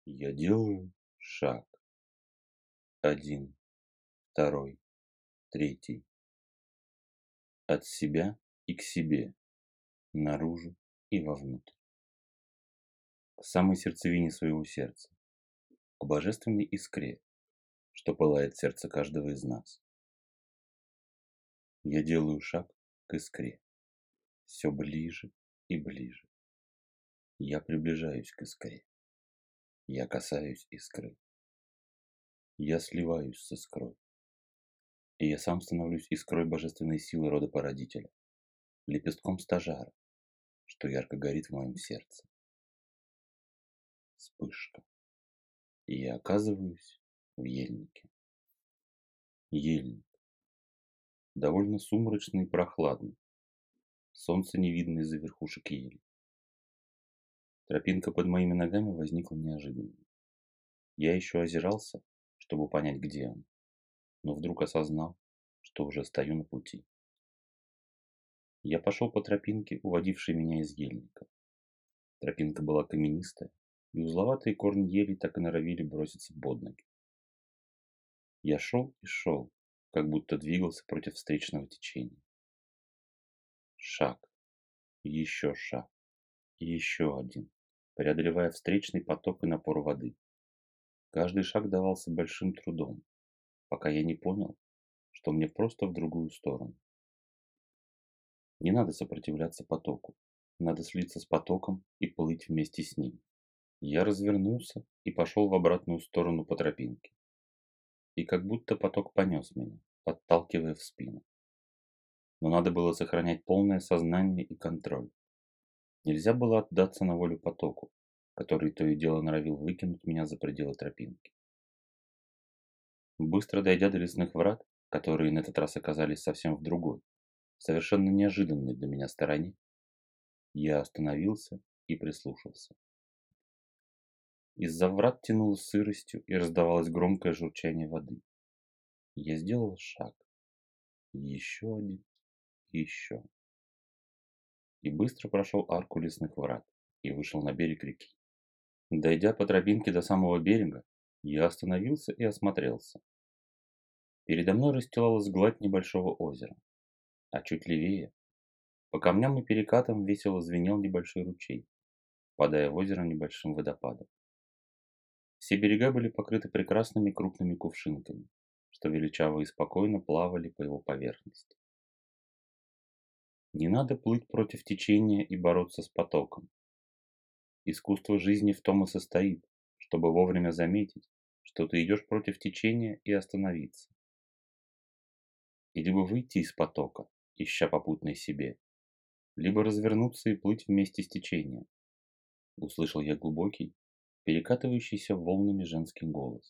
Я делаю шаг. Один, второй, третий. От себя и к себе, наружу и вовнутрь. К самой сердцевине своего сердца, к божественной искре, что пылает в сердце каждого из нас. Я делаю шаг к искре, все ближе и ближе. Я приближаюсь к искре. Я касаюсь искры. Я сливаюсь с искрой. И я сам становлюсь искрой божественной силы рода породителя, лепестком стажара, что ярко горит в моем сердце. Вспышка. И я оказываюсь в ельнике. Ельник. Довольно сумрачный и прохладный. Солнце не видно из-за верхушек ели. Тропинка под моими ногами возникла неожиданно. Я еще озирался, чтобы понять, где он, но вдруг осознал, что уже стою на пути. Я пошел по тропинке, уводившей меня из ельника. Тропинка была каменистая, и узловатые корни ели так и норовили броситься под ноги. Я шел и шел, как будто двигался против встречного течения. Шаг, еще шаг, и еще один, преодолевая встречный поток и напор воды. Каждый шаг давался большим трудом, пока я не понял, что мне просто в другую сторону. Не надо сопротивляться потоку, надо слиться с потоком и плыть вместе с ним. Я развернулся и пошел в обратную сторону по тропинке. И как будто поток понес меня, подталкивая в спину. Но надо было сохранять полное сознание и контроль. Нельзя было отдаться на волю потоку, который то и дело норовил выкинуть меня за пределы тропинки. Быстро дойдя до лесных врат, которые на этот раз оказались совсем в другой, совершенно неожиданной для меня стороне, я остановился и прислушался. Из-за врат тянуло сыростью и раздавалось громкое журчание воды. Я сделал шаг, еще один, еще. И быстро прошел арку лесных врат и вышел на берег реки. Дойдя по тропинке до самого берега, я остановился и осмотрелся. Передо мной расстилалась гладь небольшого озера, а чуть левее, по камням и перекатам весело звенел небольшой ручей, впадая в озеро небольшим водопадом. Все берега были покрыты прекрасными крупными кувшинками, что величаво и спокойно плавали по его поверхности. Не надо плыть против течения и бороться с потоком. Искусство жизни в том и состоит, чтобы вовремя заметить, что ты идешь против течения, и остановиться. И либо выйти из потока, ища попутной себе, либо развернуться и плыть вместе с течением. Услышал я глубокий, перекатывающийся волнами женский голос.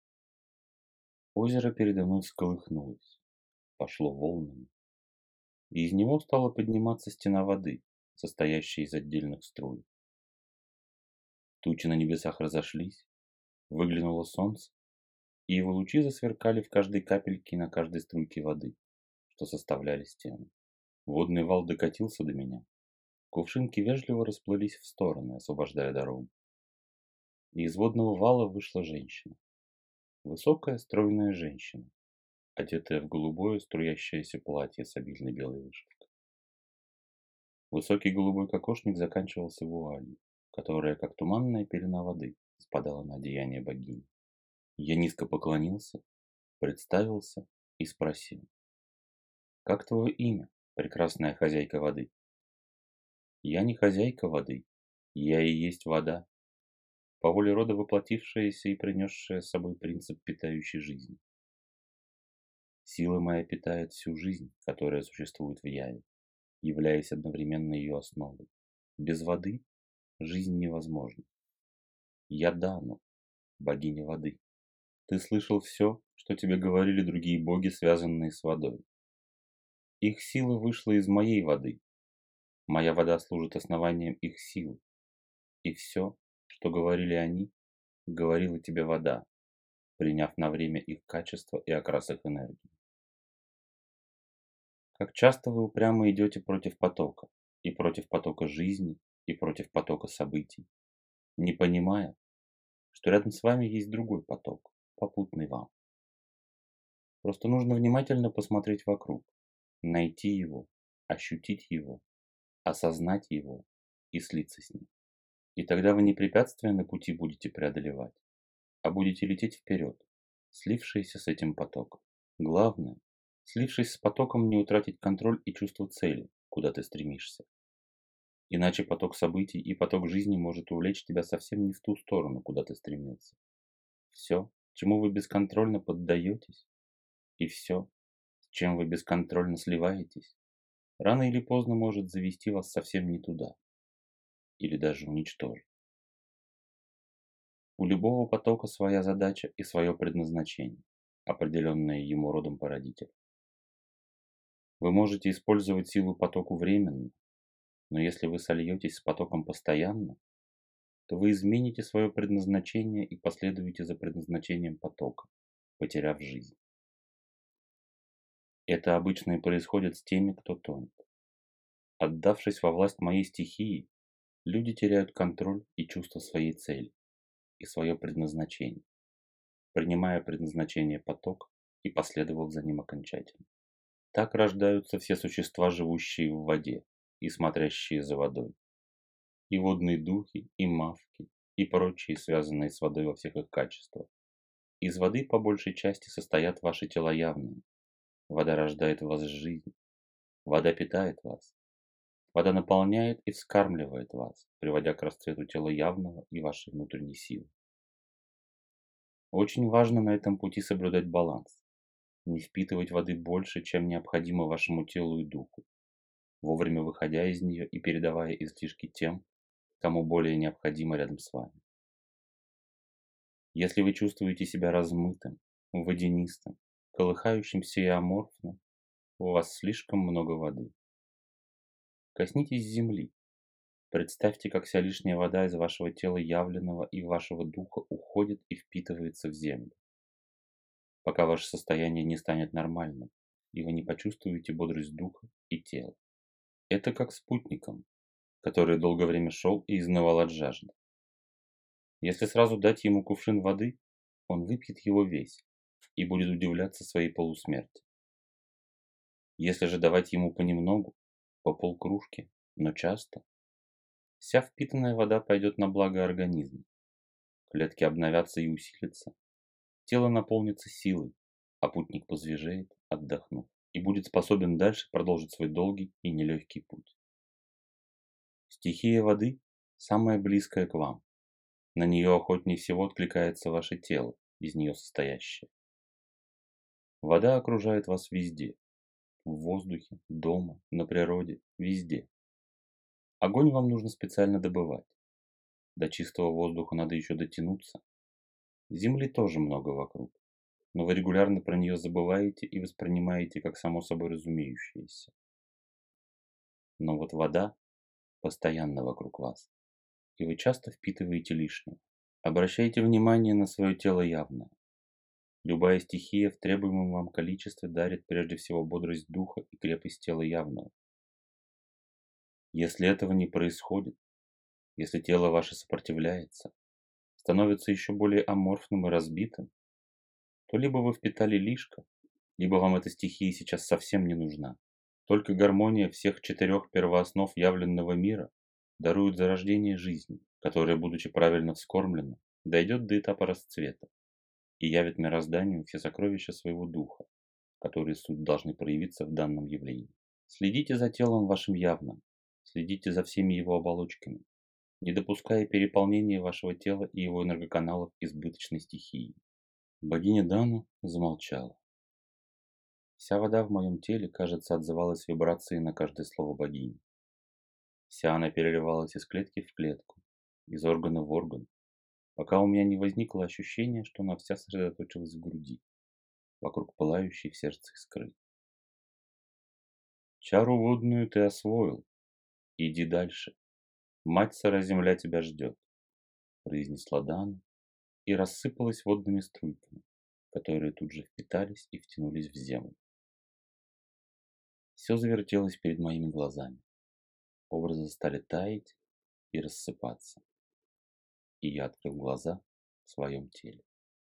Озеро передо мной всколыхнулось, пошло волнами, и из него стала подниматься стена воды, состоящая из отдельных струй. Тучи на небесах разошлись, выглянуло солнце, и его лучи засверкали в каждой капельке и на каждой струйке воды, что составляли стену. Водный вал докатился до меня. Кувшинки вежливо расплылись в стороны, освобождая дорогу. И из водного вала вышла женщина. Высокая, стройная женщина, одетая в голубое струящееся платье с обильной белой вышивкой. Высокий голубой кокошник заканчивался вуалью, которая, как туманная пелена воды, спадала на одеяние богини. Я низко поклонился, представился и спросил: «Как твое имя, прекрасная хозяйка воды?» «Я не хозяйка воды, я и есть вода, по воле рода воплотившаяся и принесшая с собой принцип питающей жизни. Сила моя питает всю жизнь, которая существует в яве, являясь одновременно ее основой. Без воды жизнь невозможна. Я Дану, богиня воды. Ты слышал все, что тебе говорили другие боги, связанные с водой. Их сила вышла из моей воды. Моя вода служит основанием их силы. И все, что говорили они, говорила тебе вода, приняв на время их качество и окрас их энергии. Как часто вы упрямо идете против потока, и против потока жизни, и против потока событий, не понимая, что что рядом с вами есть другой поток, попутный вам. Просто нужно внимательно посмотреть вокруг, найти его, ощутить его, осознать его и слиться с ним. И тогда вы не препятствия на пути будете преодолевать, а будете лететь вперед, слившиеся с этим потоком. Главное, слившись с потоком, не утратить контроль и чувство цели, куда ты стремишься. Иначе поток событий и поток жизни может увлечь тебя совсем не в ту сторону, куда ты стремился. Все, чему вы бесконтрольно поддаетесь, и все, с чем вы бесконтрольно сливаетесь, рано или поздно может завести вас совсем не туда, или даже уничтожить. У любого потока своя задача и свое предназначение, определенное ему родом породителя. Вы можете использовать силу потоку временно, но если вы сольетесь с потоком постоянно, то вы измените свое предназначение и последуете за предназначением потока, потеряв жизнь. Это обычно и происходит с теми, кто тонет. Отдавшись во власть моей стихии, люди теряют контроль и чувство своей цели и свое предназначение, принимая предназначение потока и последовав за ним окончательно. Так рождаются все существа, живущие в воде и смотрящие за водой. И водные духи, и мавки, и прочие, связанные с водой во всех их качествах. Из воды по большей части состоят ваши тела явные. Вода рождает в вас жизнь. Вода питает вас. Вода наполняет и вскармливает вас, приводя к расцвету тела явного и вашей внутренней силы. Очень важно на этом пути соблюдать баланс. Не впитывать воды больше, чем необходимо вашему телу и духу, вовремя выходя из нее и передавая излишки тем, кому более необходимо рядом с вами. Если вы чувствуете себя размытым, водянистым, колыхающимся и аморфным, у вас слишком много воды. Коснитесь земли. Представьте, как вся лишняя вода из вашего тела явленного и вашего духа уходит и впитывается в землю, пока ваше состояние не станет нормальным, и вы не почувствуете бодрость духа и тела. Это как спутником, который долгое время шел и изнывал от жажды. Если сразу дать ему кувшин воды, он выпьет его весь и будет удивляться своей полусмерти. Если же давать ему понемногу, по полкружки, но часто, вся впитанная вода пойдет на благо организма. Клетки обновятся и усилятся, тело наполнится силой, а путник посвежеет, отдохнув, и будет способен дальше продолжить свой долгий и нелегкий путь. Стихия воды самая близкая к вам. На нее охотнее всего откликается ваше тело, из нее состоящее. Вода окружает вас везде. В воздухе, дома, на природе, везде. Огонь вам нужно специально добывать. До чистого воздуха надо еще дотянуться. Земли тоже много вокруг, но вы регулярно про нее забываете и воспринимаете как само собой разумеющееся. Но вот вода постоянно вокруг вас, и вы часто впитываете лишнее. Обращайте внимание на свое тело явное. Любая стихия в требуемом вам количестве дарит прежде всего бодрость духа и крепость тела явного. Если этого не происходит, если тело ваше сопротивляется, становится еще более аморфным и разбитым, то либо вы впитали лишко, либо вам эта стихия сейчас совсем не нужна. Только гармония всех четырех первооснов явленного мира дарует зарождение жизни, которая, будучи правильно вскормлена, дойдет до этапа расцвета и явит мирозданию все сокровища своего духа, которые суть должны проявиться в данном явлении. Следите за телом вашим явным, следите за всеми его оболочками, не допуская переполнения вашего тела и его энергоканалов избыточной стихией. Богиня Дана замолчала. Вся вода в моем теле, кажется, отзывалась вибрацией на каждое слово богини. Вся она переливалась из клетки в клетку, из органа в орган, пока у меня не возникло ощущение, что она вся сосредоточилась в груди, вокруг пылающей в сердце искры. Чару водную ты освоил. Иди дальше. Мать сыра земля тебя ждет, произнесла Дана и рассыпалась водными струйками, которые тут же впитались и втянулись в землю. Все завертелось перед моими глазами. Образы стали таять и рассыпаться. И я открыл глаза, в своем теле.